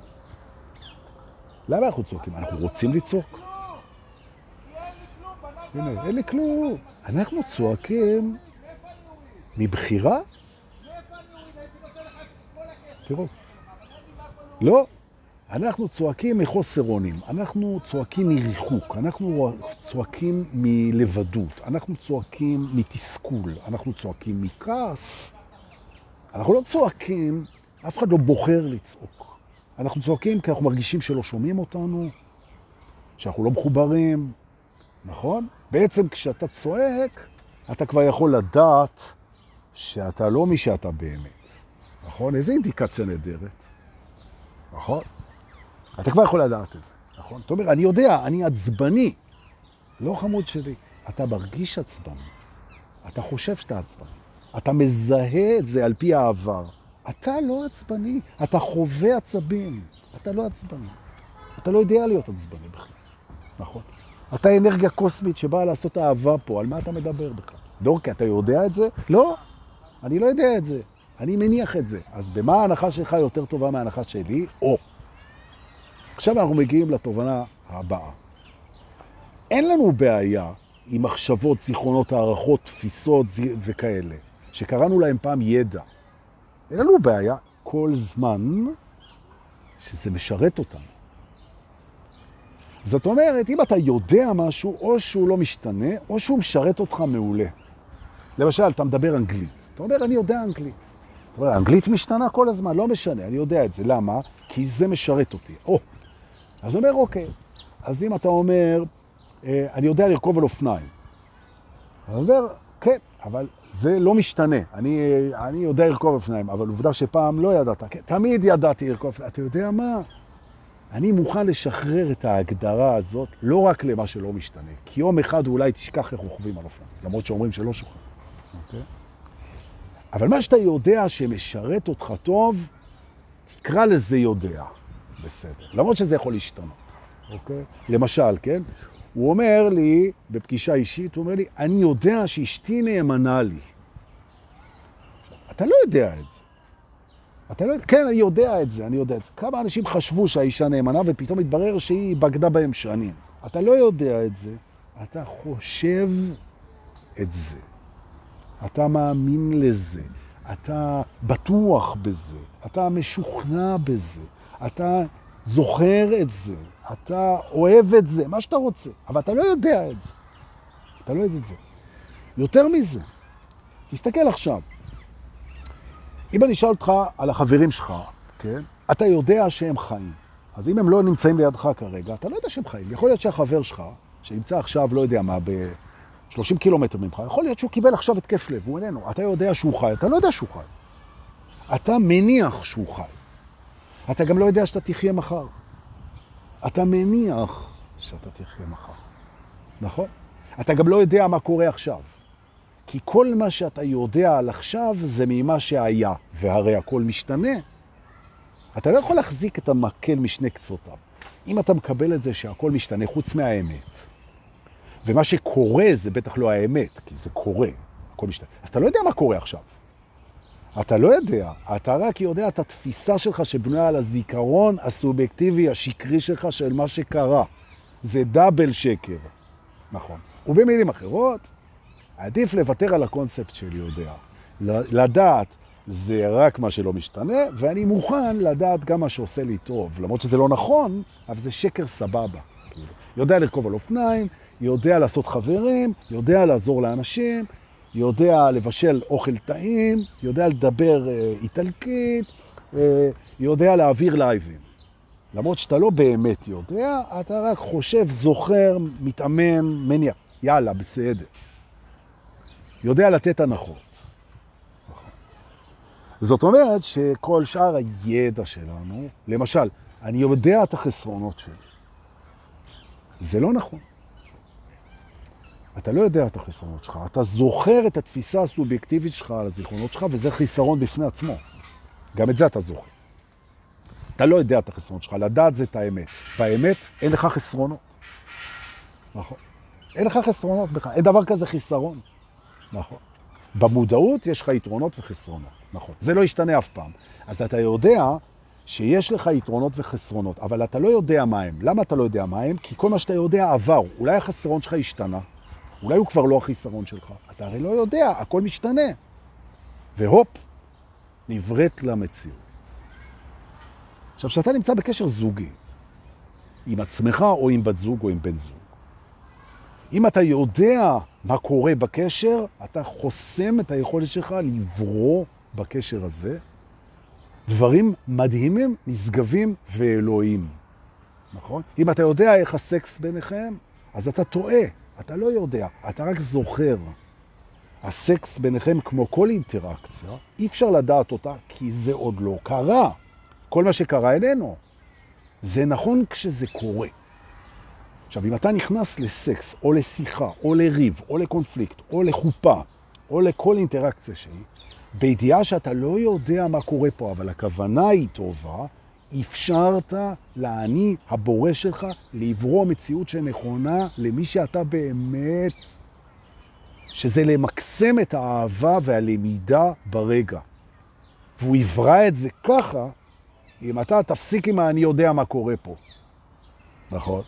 למה אנחנו צועקים? אנחנו רוצים לצעוק? הנה, אין לי כלום. אנחנו צועקים מבחירה? תראו. לא. אנחנו צועקים מחוסר אונים, אנחנו צועקים מריחוק, אנחנו צועקים מלבדות, אנחנו צועקים מתסכול, אנחנו צועקים מכעס. אנחנו לא צועקים, אף אחד לא בוחר לצעוק. אנחנו צועקים כי אנחנו מרגישים שלא שומעים אותנו, שאנחנו לא מחוברים, נכון? בעצם כשאתה צועק, אתה כבר יכול לדעת שאתה לא מי שאתה באמת. נכון? איזה אינדיקציה נהדרת. נכון? אתה כבר יכול לדעת את זה, נכון? אתה אומר, אני יודע, אני עצבני. לא חמוד שלי. אתה מרגיש עצבני. אתה חושב שאתה עצבני. אתה מזהה את זה על פי העבר. אתה לא עצבני. אתה חווה עצבים. אתה לא עצבני. אתה לא יודע להיות עצבני בכלל. נכון? אתה אנרגיה קוסמית שבאה לעשות אהבה פה. על מה אתה מדבר בכלל? דורקי, אתה יודע את זה? לא. אני לא יודע את זה. אני מניח את זה. אז במה ההנחה שלך יותר טובה מההנחה שלי? או. עכשיו אנחנו מגיעים לתובנה הבאה. אין לנו בעיה עם מחשבות, זיכרונות, הערכות, תפיסות וכאלה, שקראנו להם פעם ידע. אין לנו בעיה כל זמן שזה משרת אותנו. זאת אומרת, אם אתה יודע משהו, או שהוא לא משתנה, או שהוא משרת אותך מעולה. למשל, אתה מדבר אנגלית. אתה אומר, אני יודע אנגלית. אתה אומר, אנגלית משתנה כל הזמן, לא משנה, אני יודע את זה. למה? כי זה משרת אותי. אז הוא אומר, אוקיי, אז אם אתה אומר, אני יודע לרכוב על אופניים. הוא אומר, כן, אבל זה לא משתנה. אני יודע לרכוב על אופניים, אבל עובדה שפעם לא ידעת. כן, תמיד ידעתי לרכוב אופניים. אתה יודע מה? אני מוכן לשחרר את ההגדרה הזאת, לא רק למה שלא משתנה. כי יום אחד אולי תשכח איך רוכבים על אופניים, למרות שאומרים שלא שוכח. אוקיי? אבל מה שאתה יודע שמשרת אותך טוב, תקרא לזה יודע. בסדר. למרות שזה יכול להשתנות. אוקיי? למשל, כן? הוא אומר לי, בפגישה אישית, הוא אומר לי, אני יודע שאשתי נאמנה לי. אתה לא יודע את זה. אתה לא יודע, כן, אני יודע את זה, אני יודע את זה. כמה אנשים חשבו שהאישה נאמנה, ופתאום התברר שהיא בגדה בהם שנים. אתה לא יודע את זה, אתה חושב את זה. אתה מאמין לזה. אתה בטוח בזה. אתה משוכנע בזה. אתה זוכר את זה. אתה אוהב את זה, מה שאתה רוצה. אבל אתה לא יודע את זה. אתה לא יודע את זה. יותר מזה, תסתכל עכשיו. אם אני אשאל אותך על החברים שלך, כן? אתה יודע שהם חיים. אז אם הם לא נמצאים לידך כרגע, אתה לא יודע שהם חיים. יכול להיות שהחבר שלך, שנמצא עכשיו, לא יודע מה, ב-30 קילומטר ממך, יכול להיות שהוא קיבל עכשיו התקף לב, הוא איננו. אתה יודע שהוא חי, אתה לא יודע שהוא חי. אתה מניח שהוא חי. אתה גם לא יודע שאתה תחיה מחר. אתה מניח שאתה תחיה מחר. נכון? אתה גם לא יודע מה קורה עכשיו. כי כל מה שאתה יודע על עכשיו זה ממה שהיה, והרי הכל משתנה. אתה לא יכול להחזיק את המקל משני קצותיו. אם אתה מקבל את זה שהכל משתנה חוץ מהאמת, ומה שקורה זה בטח לא האמת, כי זה קורה, הכל משתנה. אז אתה לא יודע מה קורה עכשיו. אתה לא יודע, אתה רק יודע את התפיסה שלך שבנויה על הזיכרון הסובייקטיבי השקרי שלך של מה שקרה. זה דאבל שקר. נכון. ובמילים אחרות, עדיף לוותר על הקונספט של יודע. לדעת זה רק מה שלא משתנה, ואני מוכן לדעת גם מה שעושה לי טוב. למרות שזה לא נכון, אבל זה שקר סבבה. יודע לרכוב על אופניים, יודע לעשות חברים, יודע לעזור לאנשים, יודע לבשל אוכל טעים, יודע לדבר איטלקית, יודע להעביר לייבים. למרות שאתה לא באמת יודע, אתה רק חושב, זוכר, מתאמן, מניע. יאללה, בסדר. יודע לתת הנחות. זאת אומרת שכל שאר הידע שלנו, למשל, אני יודע את החסרונות שלי. זה לא נכון. אתה לא יודע את החסרונות שלך. אתה זוכר את התפיסה הסובייקטיבית שלך על הזיכרונות שלך, וזה חיסרון בפני עצמו. גם את זה אתה זוכר. אתה לא יודע את החסרונות שלך. לדעת זה את האמת. באמת אין לך חסרונות. נכון. אין לך חסרונות בכלל. אין דבר כזה חיסרון. נכון. במודעות יש לך יתרונות וחסרונות. נכון. זה לא ישתנה אף פעם. אז אתה יודע שיש לך יתרונות וחסרונות, אבל אתה לא יודע מה הם. למה אתה לא יודע מה הם? כי כל מה שאתה יודע עבר. אולי החסרון שלך השתנה. אולי הוא כבר לא החיסרון שלך. אתה הרי לא יודע, הכל משתנה. והופ, נבראת למציאות. עכשיו, שאתה נמצא בקשר זוגי, עם עצמך או עם בת זוג או עם בן זוג, אם אתה יודע מה קורה בקשר, אתה חוסם את היכולת שלך לברוא בקשר הזה דברים מדהימים, נשגבים ואלוהים. נכון? אם אתה יודע איך הסקס ביניכם, אז אתה טועה. אתה לא יודע, אתה רק זוכר. הסקס ביניכם, כמו כל אינטראקציה, אי אפשר לדעת אותה כי זה עוד לא קרה. כל מה שקרה איננו. זה נכון כשזה קורה. עכשיו, אם אתה נכנס לסקס, או לשיחה, או לריב, או לקונפליקט, או לחופה, או לכל אינטראקציה שהיא, בידיעה שאתה לא יודע מה קורה פה, אבל הכוונה היא טובה, אפשרת לעני הבורא שלך לברוא מציאות שנכונה למי שאתה באמת, שזה למקסם את האהבה והלמידה ברגע. והוא יברא את זה ככה, אם אתה תפסיק עם אני יודע מה קורה פה. נכון?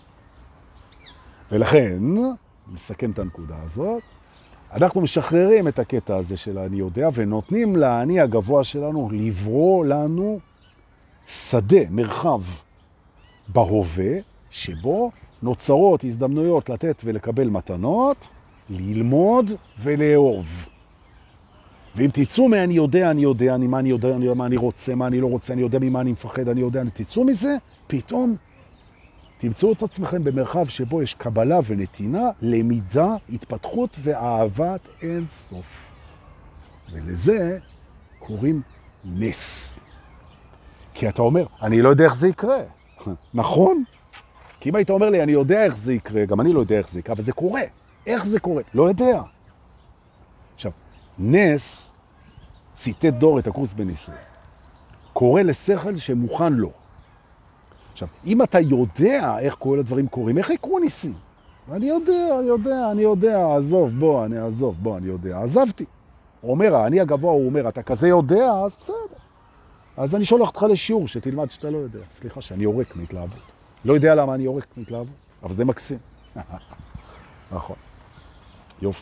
ולכן, מסכם את הנקודה הזאת, אנחנו משחררים את הקטע הזה של אני יודע, ונותנים לעני הגבוה שלנו לברוא לנו שדה, מרחב בהווה, שבו נוצרות הזדמנויות לתת ולקבל מתנות, ללמוד ולאהוב. ואם תצאו מה אני יודע, מה אני יודע, מה אני רוצה, מה אני לא רוצה, אני יודע ממה אני מפחד, אני יודע, תצאו מזה, פתאום תמצאו את עצמכם במרחב שבו יש קבלה ונתינה, למידה, התפתחות ואהבת אין סוף. ולזה קוראים נס. כי אתה אומר, אני לא יודע איך זה יקרה. נכון? כי אם היית אומר לי, אני יודע איך זה יקרה, גם אני לא יודע איך זה יקרה, אבל זה קורה. איך זה קורה? לא יודע. עכשיו, נס, ציטט דור את הקורס בניסוי, קורא לשכל שמוכן לו. עכשיו, אם אתה יודע איך כל הדברים קורים, איך יקרו ניסים? אני יודע, עזוב, בוא, אני יודע. עזבתי. הוא אומר, אני הגבוה, הוא אומר, אתה כזה יודע, אז בסדר. אז אני שולח אותך לשיעור שתלמד שאתה לא יודע. סליחה, שאני יורק מהתלהבות. לא יודע למה אני יורק מהתלהבות, אבל זה מקסים. נכון. יופי.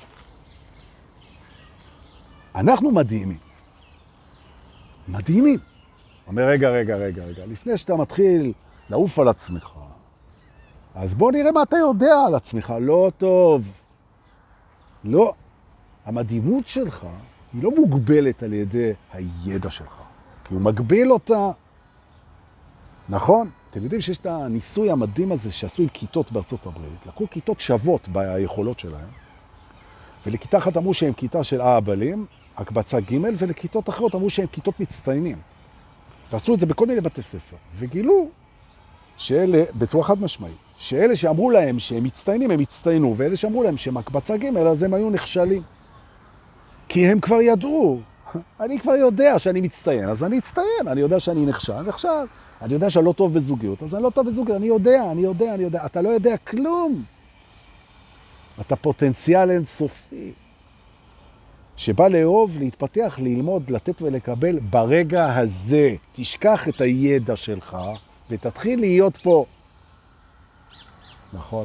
אנחנו מדהימים. מדהימים. אומר, רגע. לפני שאתה מתחיל לעוף על עצמך, אז בוא נראה מה אתה יודע על עצמך. לא טוב. לא. המדהימות שלך היא לא מוגבלת על ידי הידע שלך, כי הוא מגביל אותה. נכון? אתם יודעים שיש את הניסוי המדהים הזה שעשו עם כיתות בארצות הברית. לקחו כיתות שוות ביכולות שלהם, ולכיתה אחת אמרו שהם כיתה של אהבלים, הקבצה ג', ולכיתות אחרות אמרו שהם כיתות מצטיינים. ועשו את זה בכל מיני בתי ספר, וגילו שאלה, בצורה חד משמעית, שאלה שאמרו להם שהם מצטיינים, הם הצטיינו, ואלה שאמרו להם שהם הקבצה ג', אז הם היו נכשלים. כי הם כבר ידעו, אני כבר יודע שאני מצטיין, אז אני אצטיין, אני יודע שאני נכשל, עכשיו, אני יודע שאני לא טוב בזוגיות, אז אני לא טוב בזוגיות, אני יודע, אתה לא יודע כלום. אתה פוטנציאל אינסופי, שבא לאהוב, להתפתח, ללמוד, לתת ולקבל ברגע הזה. תשכח את הידע שלך ותתחיל להיות פה. נכון?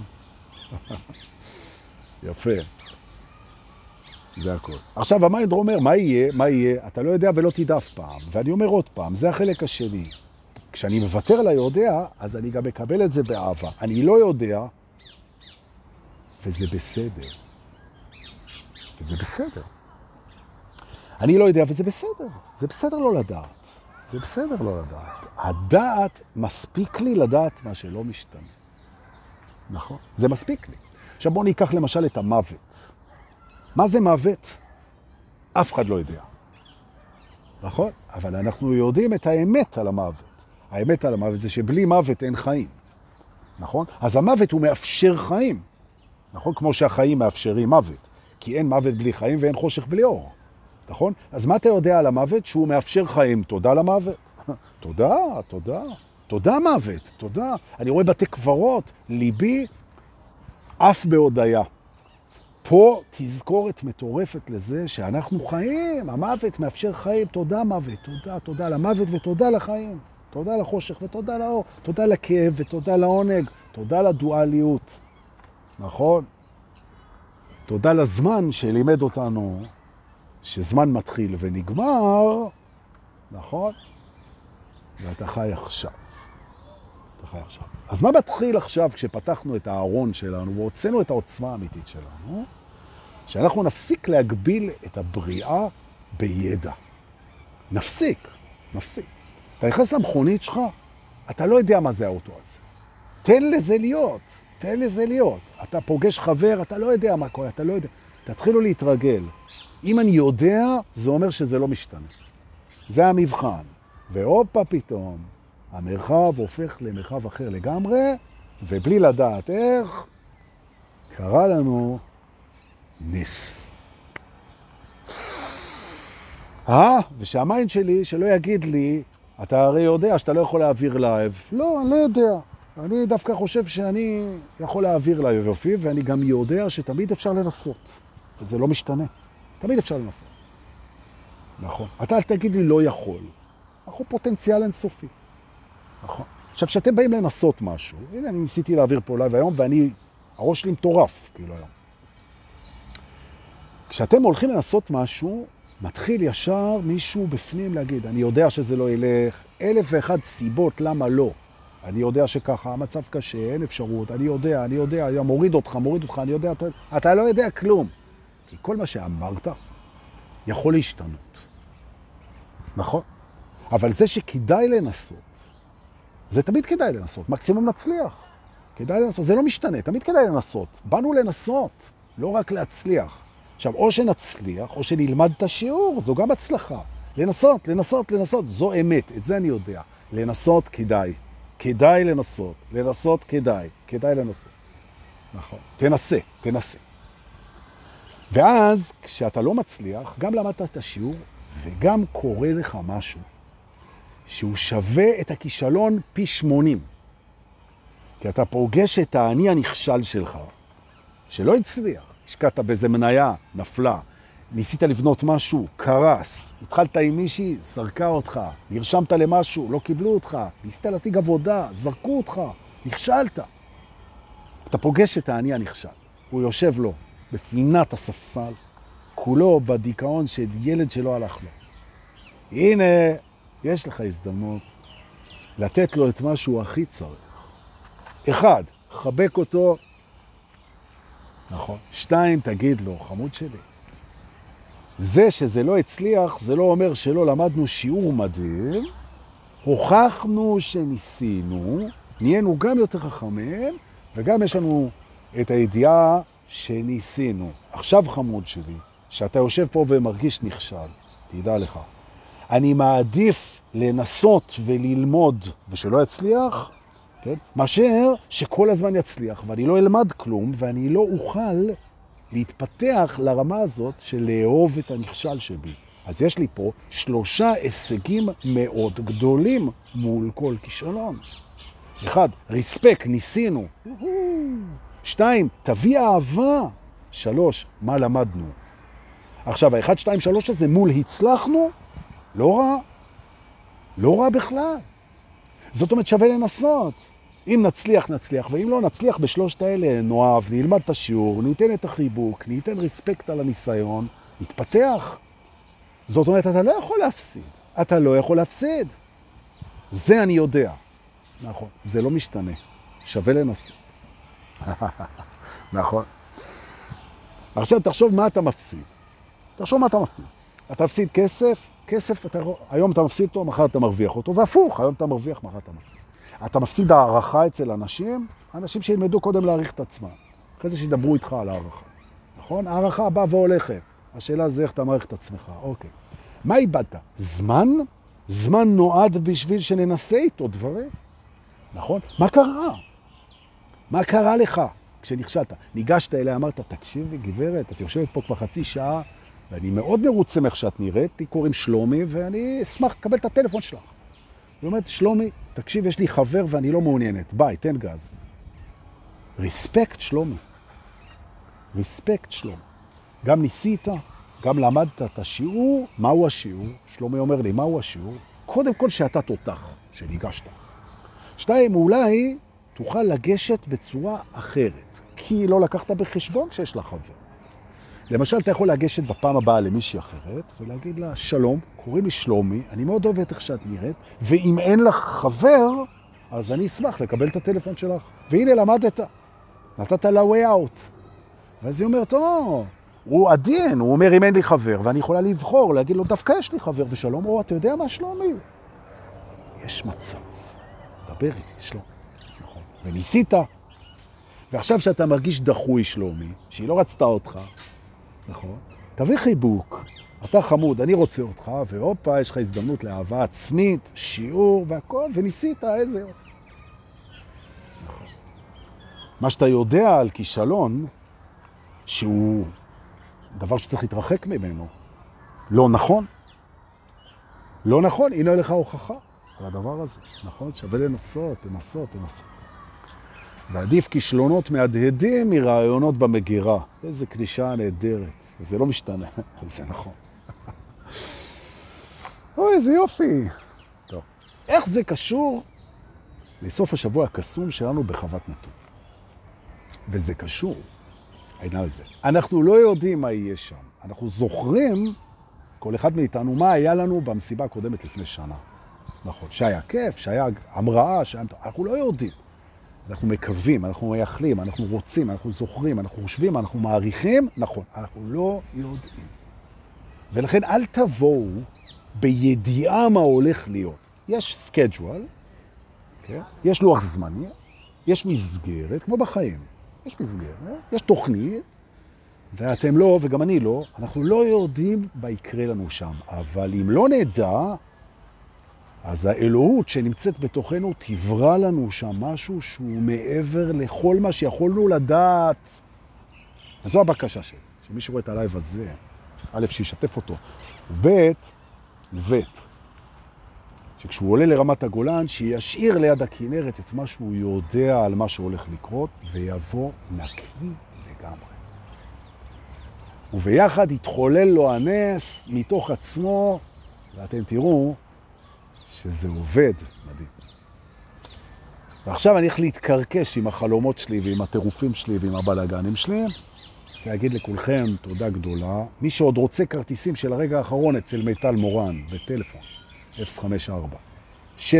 יפה. זה הכל. עכשיו, המיינד אומר, מה יהיה? אתה לא יודע ולא תדע אף פעם. ואני אומר עוד פעם, זה החלק השני. כשאני מוותר על היודע, אז אני גם מקבל את זה באהבה. אני לא יודע, וזה בסדר. וזה בסדר. אני לא יודע, וזה בסדר. זה בסדר לא לדעת. זה בסדר לא לדעת. הדעת מספיק לי לדעת מה שלא משתנה. נכון? זה מספיק לי. עכשיו בואו ניקח למשל את המוות. מה זה מוות? אף אחד לא יודע. נכון? אבל אנחנו יודעים את האמת על המוות. האמת על המוות זה שבלי מוות אין חיים. נכון? אז המוות הוא מאפשר חיים. נכון? כמו שהחיים מאפשרים מוות. כי אין מוות בלי חיים ואין חושך בלי אור. נכון? אז מה אתה יודע על המוות? שהוא מאפשר חיים. תודה למוות. תודה מוות. תודה. אני רואה בתי קברות, ליבי אף בהודעה. פה תזכורת מטורפת לזה שאנחנו חיים. המוות מאפשר חיים. תודה מוות. תודה למוות ותודה לחיים. תודה לחושך ותודה לאור. תודה לכאב ותודה לעונג. תודה לדואליות. נכון? תודה לזמן שלימד אותנו שזמן מתחיל ונגמר. נכון? ואתה חי עכשיו. אז מה מתחיל עכשיו כשפתחנו את הארון שלנו והוצאנו את העוצמה האמיתית שלנו? שאנחנו נפסיק להגביל את הבריאה בידע. נפסיק. אתה נכנס למכונית שלך, אתה לא יודע מה זה האוטו הזה. תן לזה להיות. אתה פוגש חבר, אתה לא יודע מה קורה, אתה לא יודע. תתחילו להתרגל. אם אני יודע, זה אומר שזה לא משתנה. זה המבחן. והופה פתאום, המרחב הופך למרחב אחר לגמרי, ובלי לדעת איך, קרה לנו נס. ושהמיינד שלי שלא יגיד לי, אתה הרי יודע שאתה לא יכול להעביר לייב. לא, אני לא יודע. אני דווקא חושב שאני יכול להעביר לייב יופי, ואני גם יודע שתמיד אפשר לנסות. וזה לא משתנה. תמיד אפשר לנסות. נכון. אתה אל תגיד לי לא יכול. אנחנו פוטנציאל אינסופי. נכון. עכשיו, כשאתם באים לנסות משהו, הנה, אני ניסיתי להעביר פה לייב היום, הראש שלי מטורף, כאילו היום. כשאתם הולכים לנסות משהו, מתחיל ישר מישהו בפנים להגיד, אני יודע שזה לא ילך, 1,001 סיבות למה לא. אני יודע שככה, המצב קשה, אין אפשרות, אני יודע, מוריד אותך, אני יודע, אתה לא יודע כלום. כי כל מה שאמרת יכול להשתנות. נכון? אבל זה שכדאי לנסות, זה תמיד כדאי לנסות, מקסימום נצליח. כדאי לנסות, זה לא משתנה, תמיד כדאי לנסות. באנו לנסות, לא רק להצליח. עכשיו, או שנצליח, או שנלמד את השיעור, זו גם הצלחה. לנסות, לנסות, לנסות, זו אמת, את זה אני יודע. לנסות כדאי. כדאי לנסות. לנסות כדאי. כדאי לנסות. נכון. תנסה, תנסה. ואז, כשאתה לא מצליח, גם למדת את השיעור, וגם קורה לך משהו, שהוא שווה את הכישלון פי 80. כי אתה פוגש את האני הנכשל שלך, שלא הצליח. השקעת באיזה מניה, נפלה, ניסית לבנות משהו, קרס, התחלת עם מישהי, זרקה אותך, נרשמת למשהו, לא קיבלו אותך, ניסית להשיג עבודה, זרקו אותך, נכשלת. אתה פוגש את האני הנכשל, הוא יושב לו בפינת הספסל, כולו בדיכאון של ילד שלא הלך לו. הנה, יש לך הזדמנות לתת לו את מה שהוא הכי צריך. 1, חבק אותו. נכון. 2, תגיד לו, חמוד שלי. זה שזה לא הצליח, זה לא אומר שלא למדנו שיעור מדהים, הוכחנו שניסינו, נהיינו גם יותר חכמים, וגם יש לנו את הידיעה שניסינו. עכשיו חמוד שלי, שאתה יושב פה ומרגיש נכשל, תדע לך. אני מעדיף לנסות וללמוד ושלא יצליח, כן? מאשר שכל הזמן יצליח ואני לא אלמד כלום ואני לא אוכל להתפתח לרמה הזאת של לאהוב את הנכשל שבי. אז יש לי פה 3 הישגים מאוד גדולים מול כל כישלון. 1, ריספק, ניסינו. 2, תביא אהבה. 3, מה למדנו? עכשיו, 1, 2, 3 הזה מול הצלחנו, לא רע. לא רע בכלל. זאת אומרת, שווה לנסות. אם נצליח, נצליח, ואם לא נצליח בשלושת האלה, נאהב, נלמד את השיעור, ניתן את החיבוק, ניתן ריספקט על הניסיון, נתפתח. זאת אומרת, אתה לא יכול להפסיד. אתה לא יכול להפסיד. זה אני יודע. נכון, זה לא משתנה. שווה לנסות. נכון. עכשיו תחשוב מה אתה מפסיד. תחשוב מה אתה מפסיד. אתה מפסיד כסף, היום אתה מפסיד אותו, מחר אתה מרוויח אותו, והפוך, היום אתה מרוויח, מחר אתה מפסיד. אתה מפסיד הערכה אצל אנשים שילמדו קודם להעריך את עצמם. אחרי זה שידברו איתך על הערכה. נכון? הערכה באה והולכת. השאלה זה איך אתה מעריך את עצמך. אוקיי. מה איבדת? זמן? זמן נועד בשביל שננסה איתו דברים. נכון? מה קרה? מה קרה לך כשנכשלת? ניגשת אליה, אמרת, תקשיבי גברת, את יושבת פה כבר חצי שעה, ואני מאוד מרוצה איך שאת נראית, לי קוראים שלומי, ואני אשמח לקבל את הטלפון שלך. היא אומרת, שלומי, תקשיב, יש לי חבר ואני לא מעוניינת. ביי, תן גז. ריספקט, שלומי. ריספקט, שלומי. גם ניסית, גם למדת את השיעור. מהו השיעור? שלומי אומר לי, מהו השיעור? קודם כל שאתה תותח, שניגשת. 2, אולי תוכל לגשת בצורה אחרת, כי לא לקחת בחשבון שיש לה חבר. למשל, אתה יכול לגשת בפעם הבאה למישהי אחרת, ולהגיד לה, שלום, קוראים לי שלומי, אני מאוד אוהבת איך שאת נראית, ואם אין לך חבר, אז אני אשמח לקבל את הטלפון שלך. והנה, למדת. נתת לה way out. ואז היא אומרת, הוא עדין, הוא אומר, אם אין לי חבר, ואני יכולה לבחור, להגיד לו, דווקא יש לי חבר, ושלום, אתה יודע מה, שלומי? יש מצב. דבר איתי, שלומי. נכון. וניסית. ועכשיו שאתה מרגיש דחוי, שלומי, שהיא לא רצתה אותך, נכון? תביא חיבוק, אתה חמוד, אני רוצה אותך, ואופה, יש לך הזדמנות לאהבה עצמית, שיעור והכל, וניסית, איזה יופי. נכון. מה שאתה יודע על כישלון, שהוא דבר שצריך להתרחק ממנו, לא נכון. לא נכון, הנה לך הוכחה על הדבר הזה. נכון? שווה לנסות, תנסות. ועדיף כישלונות מהדהדים מרעיונות במגירה. איזה קלישה נהדרת. זה לא משתנה, זה נכון. אוי, איזה יופי. טוב. איך זה קשור לסוף השבוע הקסום שלנו בחוות נתון? וזה קשור, העניין הזה. אנחנו לא יודעים מה יהיה שם. אנחנו זוכרים, כל אחד מאיתנו, מה היה לנו במסיבה הקודמת לפני שנה. נכון. שהיה כיף, שהיה המראה, אנחנו לא יודעים. אנחנו מקווים, אנחנו מייחלים, אנחנו רוצים, אנחנו זוכרים, אנחנו חושבים, אנחנו מעריכים, נכון, אנחנו לא יודעים. ולכן אל תבואו בידיעה מה הולך להיות. יש סקייג'ואל, okay? יש לוח זמני, יש מסגרת, כמו בחיים. יש מסגרת, יש תוכנית, ואתם לא, וגם אני לא, אנחנו לא יודעים מה יקרה לנו שם. אבל אם לא נדע, אז האלוהות שנמצאת בתוכנו תברא לנו שם משהו שהוא מעבר לכל מה שיכולנו לדעת. וזו הבקשה שלי, שמישהו רואה את הלייב הזה, א', שישתף אותו, וב', שכשהוא עולה לרמת הגולן, שישאיר ליד הכנרת את מה שהוא יודע על מה שהולך לקרות, ויבוא נקי לגמרי. וביחד יתחולל לו הנס מתוך עצמו, ואתם תראו שזה עובד מדהים. ועכשיו אני הולך להתקרקש עם החלומות שלי ועם הטירופים שלי ועם הבלגנים שלי. אני אגיד לכולכם תודה גדולה. מי שעוד רוצה כרטיסים של הרגע האחרון אצל מיטל מורן בטלפון 054-7444-617.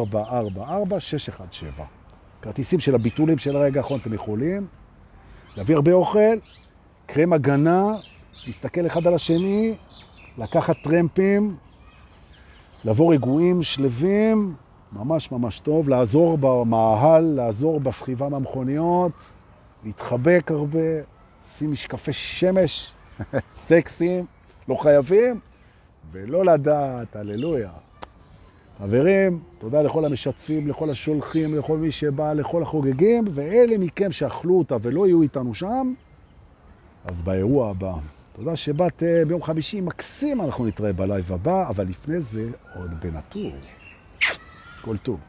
כרטיסים של הביטולים של הרגע האחרון אתם יכולים. להביא הרבה אוכל, קרם הגנה, להסתכל אחד על השני, לקחת טרמפים, לעבור רגועים שלבים, ממש ממש טוב, לעזור במאהל, לעזור בסחיבה מהמכוניות, להתחבק הרבה, שים משקפי שמש, סקסיים, לא חייבים, ולא לדעת, הללויה. חברים, תודה לכל המשתפים, לכל השולחים, לכל מי שבא, לכל החוגגים, ואלה מכם שאכלו אותה ולא יהיו איתנו שם, אז באירוע הבא. תודה שבאת ביום חמישי מקסים, אנחנו נתראה בלייב הבא, אבל לפני זה עוד בנטור. כל טוב.